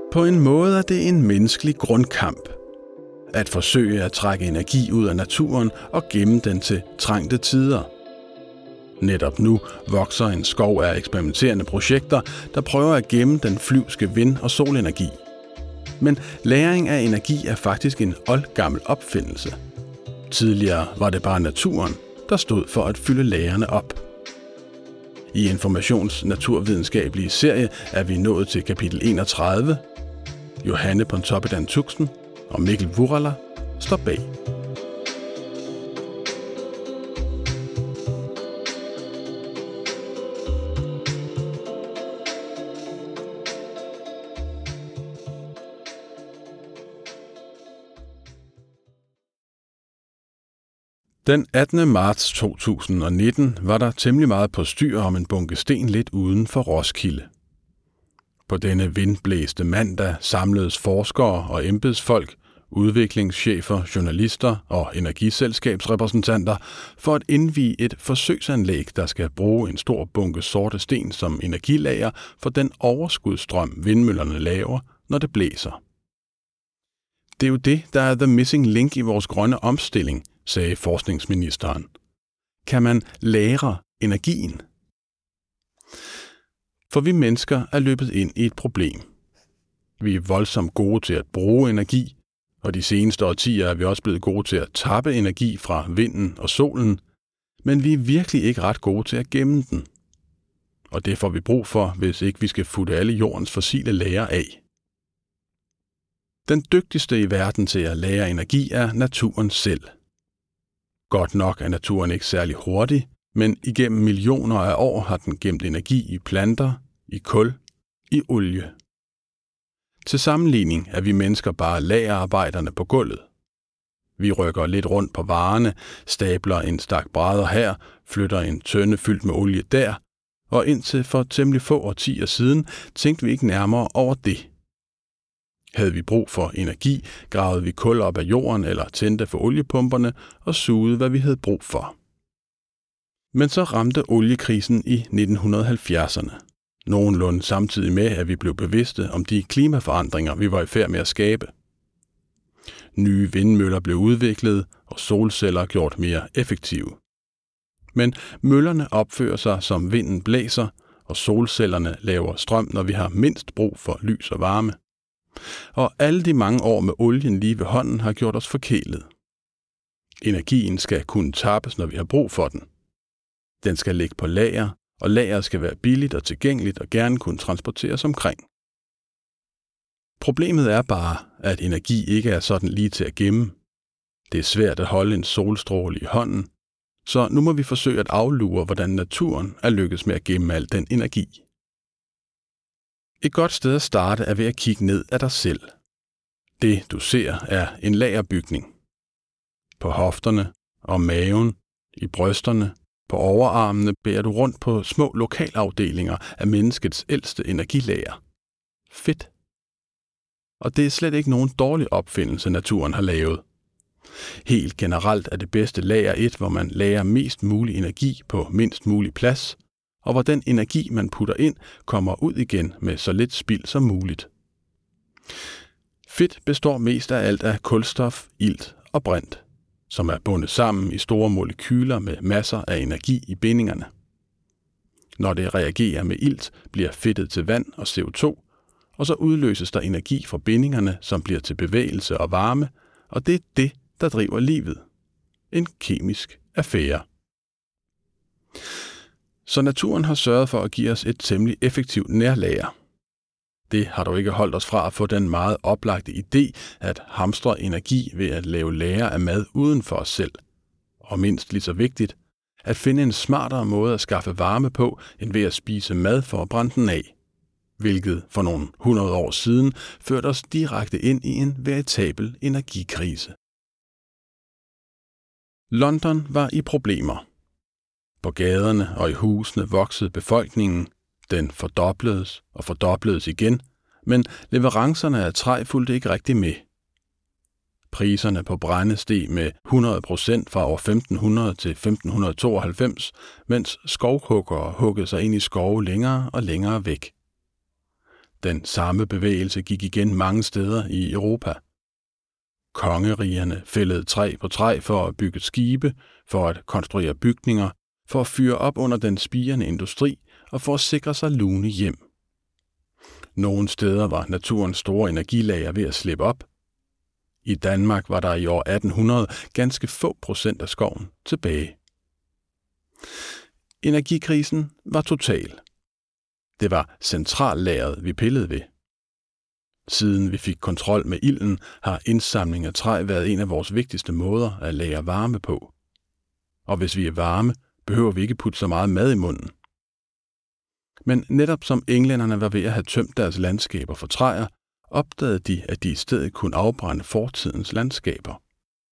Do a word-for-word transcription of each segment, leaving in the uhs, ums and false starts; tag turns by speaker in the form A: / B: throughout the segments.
A: På en måde er det en menneskelig grundkamp. At forsøge at trække energi ud af naturen og gemme den til trængte tider. Netop nu vokser en skov af eksperimenterende projekter, der prøver at gemme den flyvske vind- og solenergi. Men lagring af energi er faktisk en oldgammel opfindelse. Tidligere var det bare naturen, der stod for at fylde lagrene op. I Informations naturvidenskabelige serie er vi nået til kapitel enogtredive. Johanne Pontoppidan Tuxen og Mikkel Vurala står bag. Den attende marts to tusind og nitten var der temmelig meget på styr om en bunke sten lidt uden for Roskilde. På denne vindblæste mandag samledes forskere og embedsfolk, udviklingschefer, journalister og energiselskabsrepræsentanter for at indvie et forsøgsanlæg, der skal bruge en stor bunke sorte sten som energilager for den overskudsstrøm, vindmøllerne laver, når det blæser. Det er jo det, der er the missing link i vores grønne omstilling, sagde forskningsministeren. Kan man lagre energien? For vi mennesker er løbet ind i et problem. Vi er voldsomt gode til at bruge energi, og de seneste årtier er vi også blevet gode til at tappe energi fra vinden og solen, men vi er virkelig ikke ret gode til at gemme den. Og det får vi brug for, hvis ikke vi skal futte alle jordens fossile lagre af. Den dygtigste i verden til at lagre energi er naturen selv. Godt nok er naturen ikke særlig hurtig, men igennem millioner af år har den gemt energi i planter, i kul, i olie. Til sammenligning er vi mennesker bare lagerarbejderne på gulvet. Vi rykker lidt rundt på varerne, stabler en stak brædder her, flytter en tønde fyldt med olie der, og indtil for temmelig få årtier siden tænkte vi ikke nærmere over det. Havde vi brug for energi, gravede vi kul op af jorden eller tændte for oliepumperne og sugede, hvad vi havde brug for. Men så ramte oliekrisen i nitten halvfjerdserne. Nogenlunde samtidig med, at vi blev bevidste om de klimaforandringer, vi var i færd med at skabe. Nye vindmøller blev udviklet, og solceller gjort mere effektive. Men møllerne opfører sig, som vinden blæser, og solcellerne laver strøm, når vi har mindst brug for lys og varme. Og alle de mange år med olien lige ved hånden har gjort os forkælet. Energien skal kunne tappes, når vi har brug for den. Den skal ligge på lager, og lageret skal være billigt og tilgængeligt og gerne kunne transporteres omkring. Problemet er bare, at energi ikke er sådan lige til at gemme. Det er svært at holde en solstråle i hånden, så nu må vi forsøge at aflure, hvordan naturen er lykkedes med at gemme al den energi. Et godt sted at starte er ved at kigge ned af dig selv. Det, du ser, er en lagerbygning. På hofterne og maven, i brysterne, på overarmene bærer du rundt på små lokalafdelinger af menneskets ældste energilager. Fedt. Og det er slet ikke nogen dårlig opfindelse, naturen har lavet. Helt generelt er det bedste lager et, hvor man lagrer mest mulig energi på mindst mulig plads, og hvor den energi, man putter ind, kommer ud igen med så lidt spild som muligt. Fedt består mest af alt af kulstof, ilt og brint, som er bundet sammen i store molekyler med masser af energi i bindingerne. Når det reagerer med ilt, bliver fedtet til vand og C O to, og så udløses der energi fra bindingerne, som bliver til bevægelse og varme, og det er det, der driver livet. En kemisk affære. Så naturen har sørget for at give os et temmelig effektivt nærlager. Det har dog ikke holdt os fra at få den meget oplagte idé at hamstre energi ved at lave lagre af mad uden for os selv. Og mindst lige så vigtigt, at finde en smartere måde at skaffe varme på, end ved at spise mad for at brænde den af. Hvilket for nogle hundrede år siden førte os direkte ind i en veritabel energikrise. London var i problemer. På gaderne og i husene voksede befolkningen. Den fordobledes og fordobledes igen, men leverancerne af træ fulgte ikke rigtig med. Priserne på brænde steg med hundrede procent fra år femten hundrede til femten tooghalvfems, mens skovhuggere huggede sig ind i skove længere og længere væk. Den samme bevægelse gik igen mange steder i Europa. Kongerigerne fældede træ på træ for at bygge skibe, for at konstruere bygninger, for at fyre op under den spirende industri og for at sikre sig lune hjem. Nogle steder var naturens store energilager ved at slippe op. I Danmark var der i år atten hundrede ganske få procent af skoven tilbage. Energikrisen var total. Det var centrallageret, vi pillede ved. Siden vi fik kontrol med ilden, har indsamling af træ været en af vores vigtigste måder at lagre varme på. Og hvis vi er varme, behøver vi ikke putte så meget mad i munden. Men netop som englænderne var ved at have tømt deres landskaber for træer, opdagede de, at de i stedet kunne afbrænde fortidens landskaber.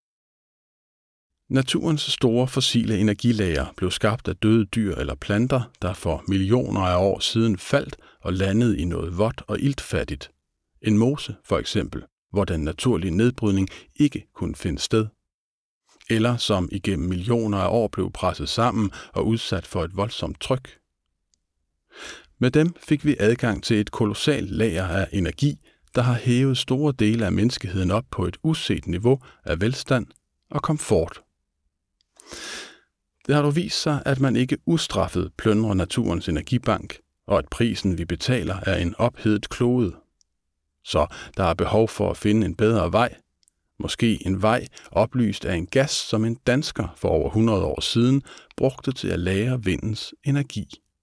A: Naturens store fossile energilager blev skabt af døde dyr eller planter, der for millioner af år siden faldt og landede i noget vådt og iltfattigt. En mose for eksempel, hvor den naturlige nedbrydning ikke kunne finde sted. Eller som igennem millioner af år blev presset sammen og udsat for et voldsomt tryk. Med dem fik vi adgang til et kolossalt lager af energi, der har hævet store dele af menneskeheden op på et uset niveau af velstand og komfort. Det har dog vist sig, at man ikke ustraffet plyndrer naturens energibank, og at prisen, vi betaler, er en ophedet klode. Så der er behov for at finde en bedre vej. Måske en vej oplyst af en gas, som en dansker for over hundrede år siden brugte til at lagre vindens energi.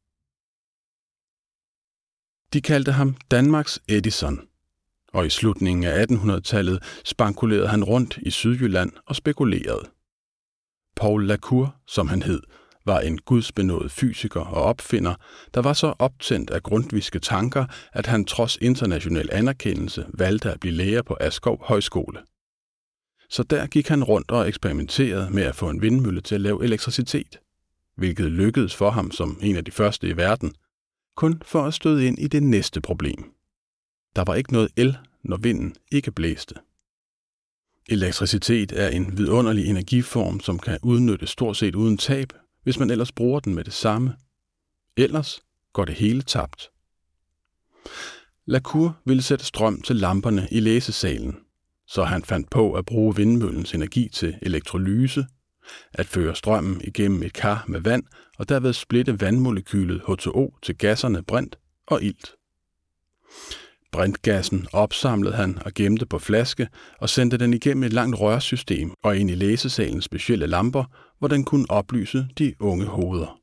A: De kaldte ham Danmarks Edison, og i slutningen af attenhundredetallet spankulerede han rundt i Sydjylland og spekulerede. Paul Lacour, som han hed, var en gudsbenådet fysiker og opfinder, der var så optændt af grundtvigske tanker, at han trods international anerkendelse valgte at blive lærer på Askov Højskole. Så der gik han rundt og eksperimenterede med at få en vindmølle til at lave elektricitet, hvilket lykkedes for ham som en af de første i verden, kun for at støde ind i det næste problem. Der var ikke noget el, når vinden ikke blæste. Elektricitet er en vidunderlig energiform, som kan udnyttes stort set uden tab, hvis man ellers bruger den med det samme. Ellers går det hele tabt. Lacour ville sætte strøm til lamperne i læsesalen, så han fandt på at bruge vindmøllens energi til elektrolyse, at føre strømmen igennem et kar med vand og derved splitte vandmolekylet H to O til gasserne brint og ilt. Brintgassen opsamlede han og gemte på flaske og sendte den igennem et langt rørsystem og ind i læsesalens specielle lamper, hvor den kunne oplyse de unge hoveder.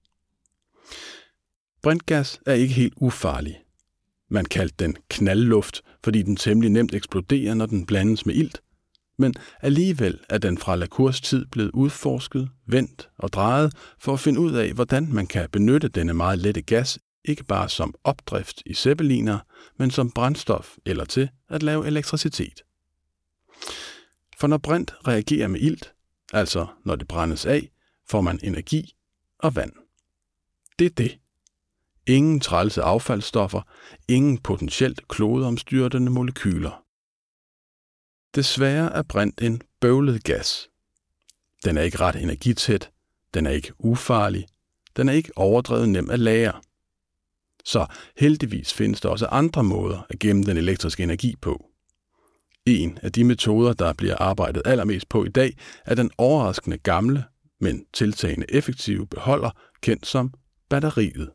A: Brintgas er ikke helt ufarlig. Man kaldte den knaldluft, fordi den temmelig nemt eksploderer, når den blandes med ilt, men alligevel er den fra Lacours tid blevet udforsket, vendt og drejet for at finde ud af, hvordan man kan benytte denne meget lette gas, ikke bare som opdrift i zeppeliner, men som brændstof eller til at lave elektricitet. For når brint reagerer med ilt, altså når det brændes af, får man energi og vand. Det er det. Ingen trælse affaldsstoffer, ingen potentielt klodeomstyrtende molekyler. Desværre er brint en bøvlet gas. Den er ikke ret energitæt, den er ikke ufarlig, den er ikke overdrevet nem at lagre. Så heldigvis findes der også andre måder at gemme den elektriske energi på. En af de metoder, der bliver arbejdet allermest på i dag, er den overraskende gamle, men tiltagende effektive beholder, kendt som batteriet.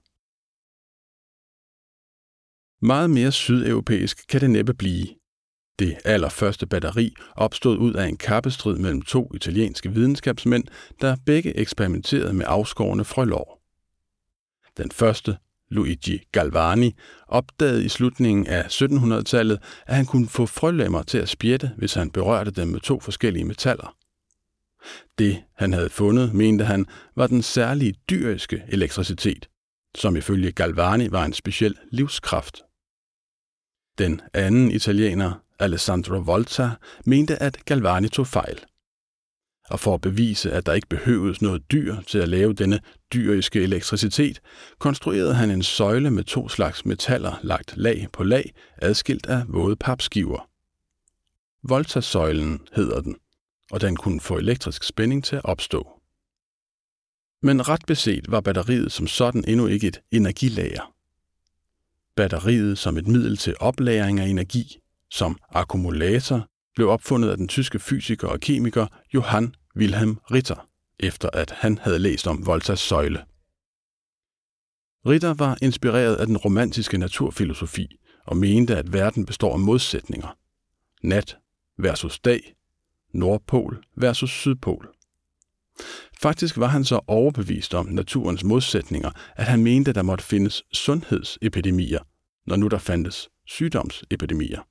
A: Meget mere sydeuropæisk kan det næppe blive. Det allerførste batteri opstod ud af en kappestrid mellem to italienske videnskabsmænd, der begge eksperimenterede med afskårne frølår. Den første, Luigi Galvani, opdagede i slutningen af syttenhundredetallet, at han kunne få frølemmer til at spjætte, hvis han berørte dem med to forskellige metaller. Det, han havde fundet, mente han, var den særlige dyriske elektricitet, som ifølge Galvani var en speciel livskraft. Den anden italiener, Alessandro Volta, mente, at Galvani tog fejl. Og for at bevise, at der ikke behøvedes noget dyr til at lave denne dyriske elektricitet, konstruerede han en søjle med to slags metaller lagt lag på lag, adskilt af våde papskiver. Volta-søjlen hedder den, og den kunne få elektrisk spænding til at opstå. Men ret beset var batteriet som sådan endnu ikke et energilager. Batteriet som et middel til oplagring af energi, som akkumulator, blev opfundet af den tyske fysiker og kemiker Johann Wilhelm Ritter, efter at han havde læst om Voltas søjle. Ritter var inspireret af den romantiske naturfilosofi og mente, at verden består af modsætninger. Nat versus dag, nordpol versus sydpol. Faktisk var han så overbevist om naturens modsætninger, at han mente, at der måtte findes sundhedsepidemier, når nu der fandtes sygdomsepidemier.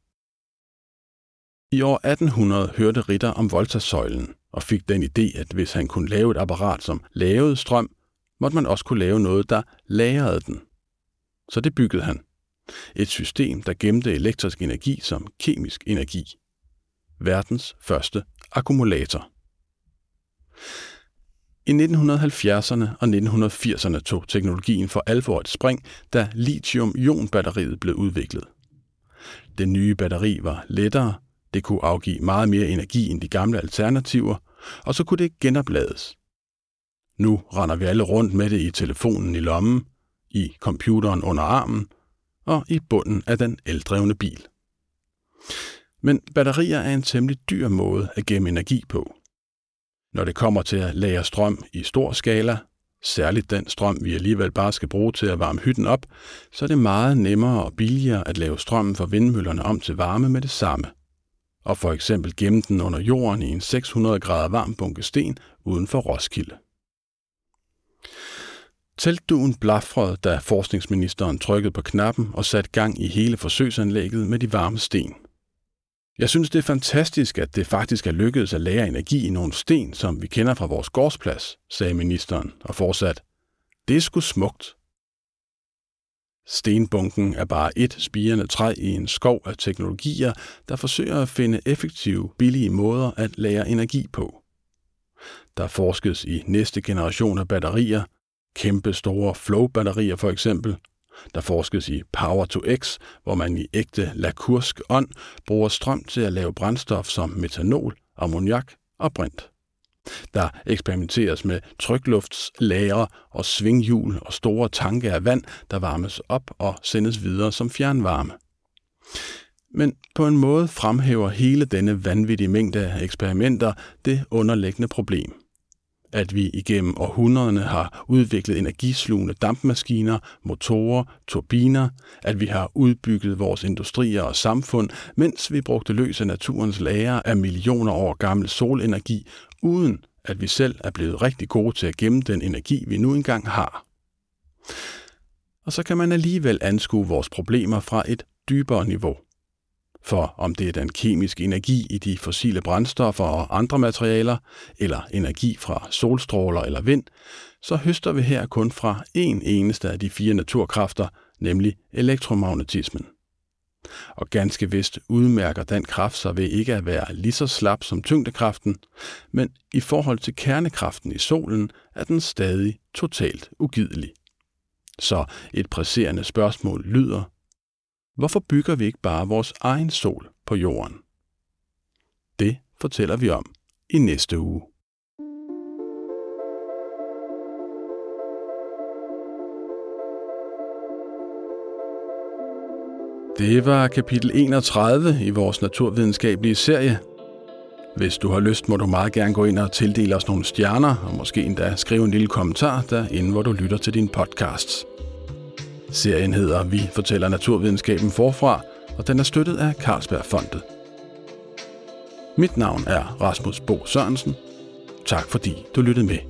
A: I år atten hundrede hørte Ritter om Voltasøjlen og fik den idé, at hvis han kunne lave et apparat, som lavede strøm, måtte man også kunne lave noget, der lagrede den. Så det byggede han. Et system, der gemte elektrisk energi som kemisk energi. Verdens første akkumulator. I nitten halvfjerdserne og nitten firserne tog teknologien for alvor et spring, da lithium-ion-batteriet blev udviklet. Det nye batteri var lettere, det kunne afgive meget mere energi end de gamle alternativer, og så kunne det genoplades. Nu render vi alle rundt med det i telefonen i lommen, i computeren under armen og i bunden af den eldrevne bil. Men batterier er en temmelig dyr måde at gemme energi på. Når det kommer til at lagre strøm i stor skala, særligt den strøm, vi alligevel bare skal bruge til at varme hytten op, så er det meget nemmere og billigere at lave strømmen fra vindmøllerne om til varme med det samme. Og for eksempel gemme den under jorden i en seks hundrede grader varm bunke sten uden for Roskilde. Teltduen blafrede, da forskningsministeren trykkede på knappen og satte gang i hele forsøgsanlægget med de varme sten. Jeg synes, det er fantastisk, at det faktisk er lykkedes at lagre energi i nogle sten, som vi kender fra vores gårdsplads, sagde ministeren og fortsat. Det er sgu smukt. Stenbunken er bare et spirende træ i en skov af teknologier, der forsøger at finde effektive, billige måder at lagre energi på. Der forskes i næste generation af batterier, kæmpe store flow-batterier for eksempel. Der forskes i Power to X, hvor man i ægte lakursk ånd bruger strøm til at lave brændstof som metanol, ammoniak og brint. Der eksperimenteres med trykluftslære og svinghjul og store tanke af vand, der varmes op og sendes videre som fjernvarme. Men på en måde fremhæver hele denne vanvittige mængde af eksperimenter det underliggende problem. At vi igennem århundrederne har udviklet energislugende dampmaskiner, motorer, turbiner, at vi har udbygget vores industrier og samfund, mens vi brugte løs af naturens lagre af millioner år gammel solenergi, uden at vi selv er blevet rigtig gode til at gemme den energi, vi nu engang har. Og så kan man alligevel anskue vores problemer fra et dybere niveau. For om det er den kemiske energi i de fossile brændstoffer og andre materialer, eller energi fra solstråler eller vind, så høster vi her kun fra én eneste af de fire naturkræfter, nemlig elektromagnetismen. Og ganske vist udmærker den kraft sig ved ikke at være lige så slap som tyngdekraften, men i forhold til kernekraften i solen er den stadig totalt ugidelig. Så et presserende spørgsmål lyder: hvorfor bygger vi ikke bare vores egen sol på jorden? Det fortæller vi om i næste uge. Det var kapitel enogtredive i vores naturvidenskabelige serie. Hvis du har lyst, må du meget gerne gå ind og tildele os nogle stjerner, og måske endda skrive en lille kommentar derinde, hvor du lytter til din podcasts. Serien hedder Vi fortæller naturvidenskaben forfra, og den er støttet af Carlsbergfondet. Mit navn er Rasmus Bo Sørensen. Tak fordi du lyttede med.